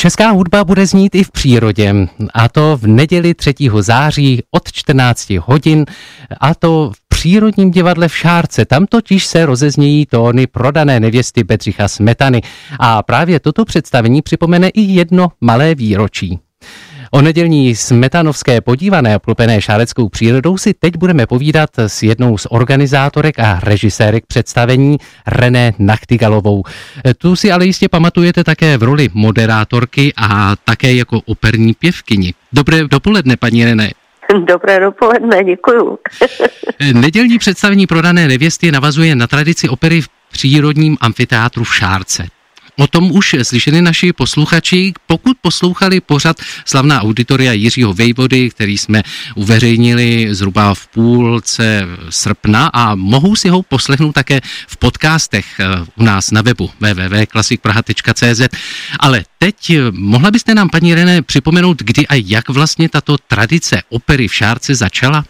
Česká hudba bude znít i v přírodě, a to v neděli 3. září od 14 hodin, a to v Přírodním divadle v Šárce. Tam totiž se rozeznějí tóny Prodané nevěsty Bedřicha Smetany. A právě toto představení připomene i jedno malé výročí. O nedělní smetanovské podívané obklopené šáreckou přírodou si teď budeme povídat s jednou z organizátorek a režisérek představení, René Nachtigalovou. Tu si ale jistě pamatujete také v roli moderátorky a také jako operní pěvkyni. Dobré dopoledne, paní René. Dobré dopoledne, děkuju. Nedělní představení Prodané nevěsty navazuje na tradici opery v Přírodním amfiteátru v Šárce. O tom už slyšeli naši posluchači, pokud poslouchali pořad Slavná auditoria Jiřího Vejvody, který jsme uveřejnili zhruba v půlce srpna, a mohou si ho poslechnout také v podcastech u nás na webu www.klassikpraha.cz. Ale teď mohla byste nám, paní René, připomenout, kdy a jak vlastně tato tradice opery v Šárce začala?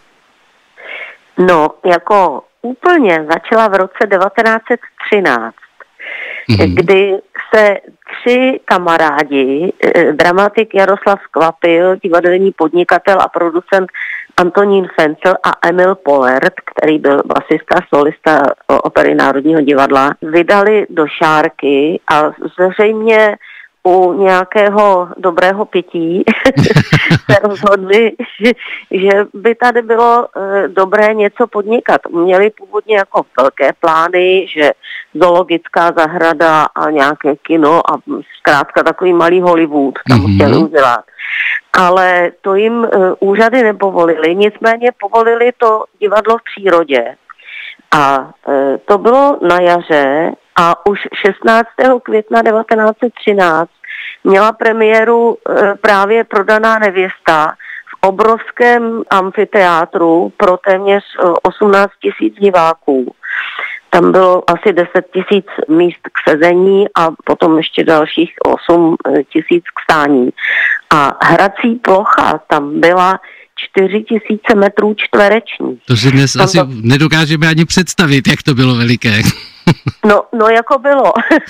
No, jako úplně začala v roce 1913. Kdy se 3 kamarádi, dramatik Jaroslav Skvapil, divadelní podnikatel a producent Antonín Fencel a Emil Polert, který byl basista, solista opery Národního divadla, vydali do Šárky a zřejmě u nějakého dobrého pití se rozhodli, že by tady bylo dobré něco podnikat. Měli původně jako velké plány, že zoologická zahrada a nějaké kino a zkrátka takový malý Hollywood tam chtěli udělat. Ale to jim úřady nepovolili, nicméně povolili to divadlo v přírodě. A to bylo na jaře a už 16. května 1913 měla premiéru právě Prodaná nevěsta v obrovském amfiteátru pro téměř 18 000 diváků. Tam bylo asi 10 000 míst k sezení a potom ještě dalších 8 000 k stání. A hrací plocha tam byla 4 000 metrů čtverečních. To si dnes asi nedokážeme ani představit, jak to bylo veliké. No jako bylo.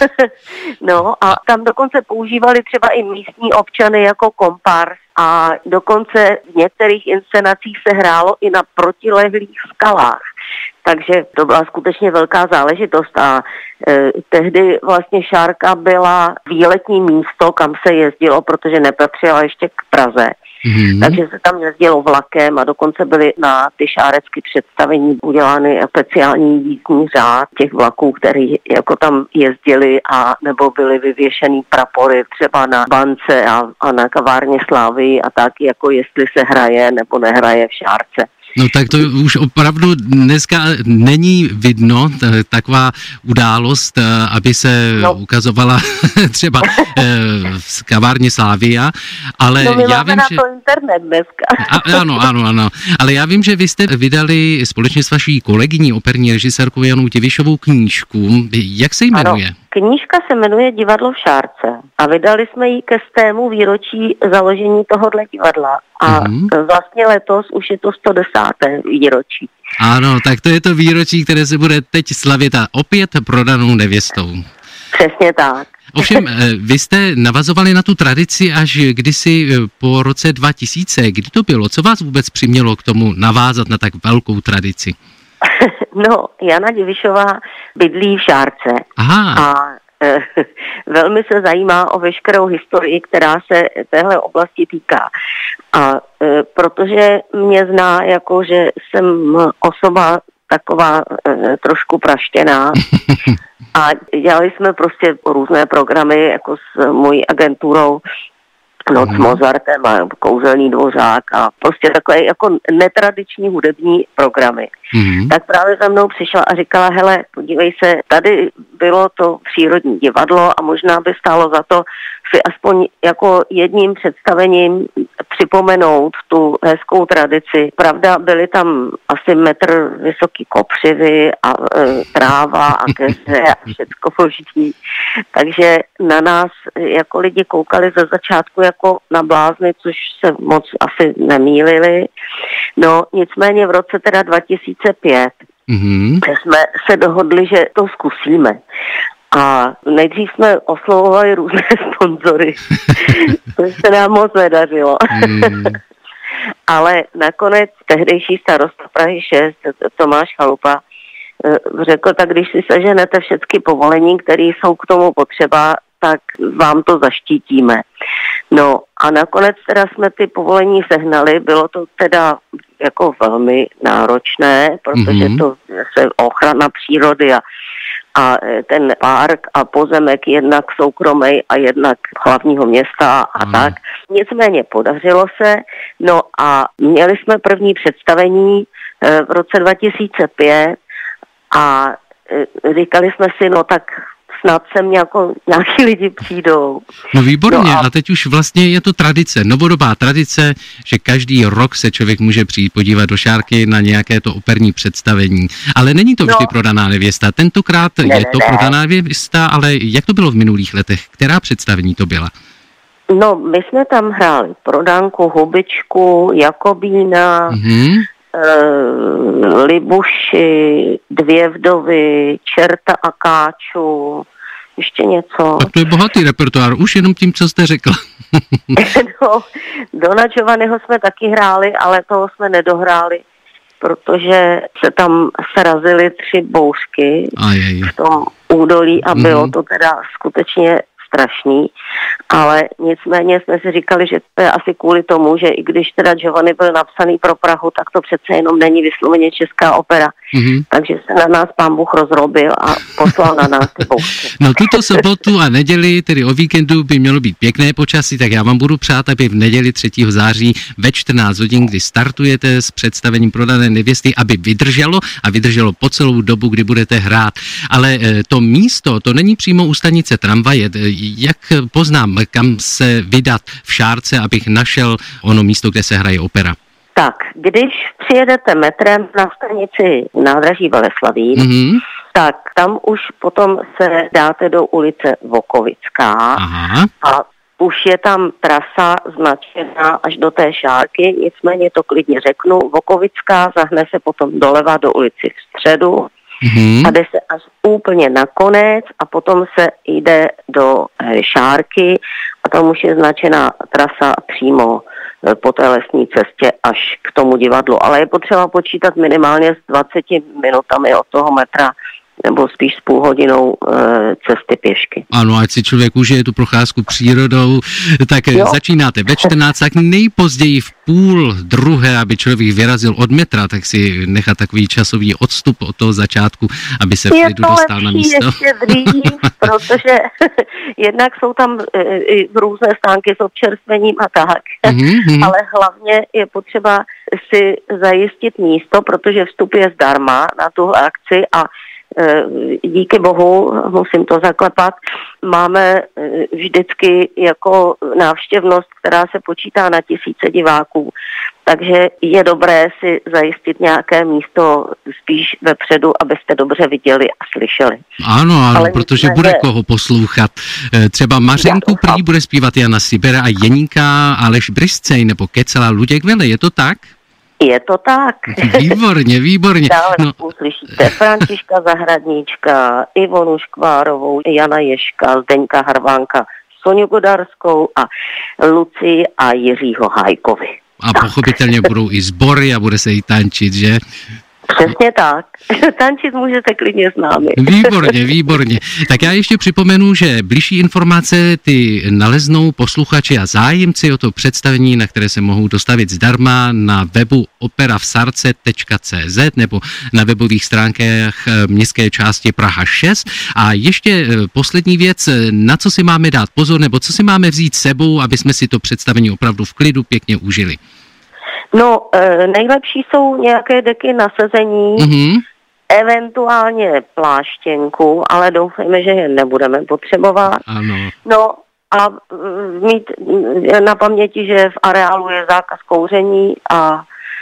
No a tam dokonce používali třeba i místní občany jako kompars a dokonce v některých inscenacích se hrálo i na protilehlých skalách. Takže to byla skutečně velká záležitost a tehdy vlastně Šárka byla výletní místo, kam se jezdilo, protože nepatřila ještě k Praze. Takže se tam jezdilo vlakem a dokonce byly na ty šárecké představení udělány speciální jízdní řád těch vlaků, které jako tam jezdili a nebo byly vyvěšený prapory třeba na bance a na kavárně Slávy a tak, jako jestli se hraje nebo nehraje v Šárce. No tak to už opravdu dneska není vidno, taková událost, aby se ukazovala třeba v kavárně Slávia, ale no, já vím, že... to internet dneska. Ano, ale já vím, že vy jste vydali společně s vaší kolegyní operní režisérkou Janou Divišovou knížku. Jak se jmenuje? Ano. Knížka se jmenuje Divadlo v Šárce a vydali jsme ji ke 100. výročí založení tohohle divadla a vlastně letos už je to 110. výročí. Ano, tak to je to výročí, které se bude teď slavit a opět Prodanou nevěstou. Přesně tak. Ovšem, vy jste navazovali na tu tradici až kdysi po roce 2000. Kdy to bylo? Co vás vůbec přimělo k tomu navázat na tak velkou tradici? No, Jana Divišová bydlí v Šárce. Aha. A velmi se zajímá o veškerou historii, která se téhle oblasti týká. A protože mě zná, jako že jsem osoba taková trošku praštěná a dělali jsme prostě různé programy jako s mojí agenturou Noc s Mozartem a Kouzelný dvořák a prostě takové jako netradiční hudební programy. Tak právě za mnou přišla a říkala, hele, podívej se, tady bylo to přírodní divadlo a možná by stálo za to si aspoň jako jedním představením připomenout tu hezkou tradici. Pravda, byly tam asi metr vysoký kopřivy a tráva a keře a všecko možný. Takže na nás jako lidi koukali ze začátku jako na blázny, což se moc asi nemýlili. No nicméně v roce teda 2005 jsme se dohodli, že to zkusíme. A nejdřív jsme oslovovali různé sponzory, což se nám moc nedařilo. Ale nakonec tehdejší starosta Prahy 6, Tomáš Chalupa, řekl, tak když si seženete všechny povolení, které jsou k tomu potřeba, tak vám to zaštítíme. No a nakonec teda jsme ty povolení sehnali, bylo to teda jako velmi náročné, protože to je ochrana přírody a ten park a pozemek jednak soukromý a jednak hlavního města a tak. Nicméně podařilo se, no a měli jsme první představení v roce 2005 a říkali jsme si, no tak snad sem nějaký lidi přijdou. No výborně, no a teď už vlastně je to tradice, novodobá tradice, že každý rok se člověk může přijít podívat do Šárky na nějaké to operní představení. Ale není to vždy prodaná nevěsta. Tentokrát je to prodaná nevěsta, ale jak to bylo v minulých letech? Která představení to byla? No, my jsme tam hráli Prodanku, Hubičku, Jakobína, Libuši, Dvě vdovy, Čerta a Káču, ještě něco. Tak to je bohatý repertoár, už jenom tím, co jste řekla. No, Dona Giovanniho jsme taky hráli, ale toho jsme nedohráli, protože se tam srazily 3 bouřky v tom údolí a bylo to teda skutečně strašný, ale nicméně jsme si říkali, že to je asi kvůli tomu, že i když teda Giovanni byl napsaný pro Prahu, tak to přece jenom není vysloveně česká opera. Takže se na nás pán Bůh rozrobil a poslal na nás ty bouřky. No tuto sobotu a neděli, tedy o víkendu, by mělo být pěkné počasí, tak já vám budu přát, aby v neděli 3. září ve 14 hodin, kdy startujete s představením Prodané nevěsty, aby vydrželo a vydrželo po celou dobu, kdy budete hrát. Ale to místo, to není přímo u stanice tramvaje. Jak poznám, kam se vydat v Šárce, abych našel ono místo, kde se hraje opera? Tak, když přijedete metrem na stanici nádraží Veleslavín, tak tam už potom se dáte do ulice Vokovická a už je tam trasa značená až do té Šárky, nicméně to klidně řeknu, Vokovická zahne se potom doleva do ulici Středu a jde se až úplně na konec a potom se jde do Šárky a tam už je značená trasa přímo po té lesní cestě až k tomu divadlu. Ale je potřeba počítat minimálně s 20 minutami od toho metra nebo spíš s půl hodinou cesty pěšky. Ano, ať si člověk užije tu procházku přírodou, tak začínáte ve 14, tak nejpozději v 11:30, aby člověk vyrazil od metra, tak si nechat takový časový odstup od toho začátku, aby se v klidu dostal na místo. Ještě dřív, protože jednak jsou tam různé stánky s občerstvením a tak, ale hlavně je potřeba si zajistit místo, protože vstup je zdarma na tu akci a díky bohu, musím to zaklepat, máme vždycky jako návštěvnost, která se počítá na 1000 diváků. Takže je dobré si zajistit nějaké místo spíš vepředu, abyste dobře viděli a slyšeli. Ano, protože bude koho poslouchat. Třeba Mařenku prý bude zpívat Jana Sibera a Jeníka Aleš Bryscej nebo Kecela Luděk Vele, je to tak? Je to tak. Výborně. Dále uslyšíte Františka Zahradníčka, Ivonu Škvárovou, Jana Ježka, Zdeňka Harvánka, Soňu Godarskou a Lucii a Jiřího Hajkovi. A pochopitelně budou i sbory a bude se i tančit, že? Přesně tak. Tančit můžete klidně s námi. Výborně. Tak já ještě připomenu, že bližší informace ty naleznou posluchači a zájemci o to představení, na které se mohou dostavit zdarma na webu operavsarce.cz nebo na webových stránkách městské části Praha 6. A ještě poslední věc, na co si máme dát pozor, nebo co si máme vzít s sebou, aby jsme si to představení opravdu v klidu pěkně užili. No, nejlepší jsou nějaké deky na sezení, eventuálně pláštěnku, ale doufejme, že je nebudeme potřebovat. Ano. No a mít na paměti, že v areálu je zákaz kouření a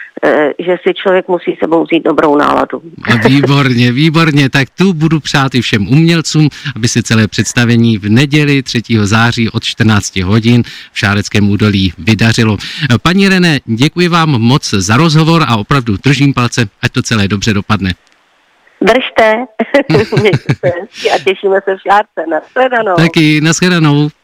že si člověk musí sebou vzít dobrou náladu. Výborně, tak tu budu přát i všem umělcům, aby se celé představení v neděli 3. září od 14 hodin v Šáreckém údolí vydařilo. Paní René, děkuji vám moc za rozhovor a opravdu držím palce, ať to celé dobře dopadne. Držte, mějte se hezky a těšíme se v Šárce. Nashledanou. Taky, nashledanou.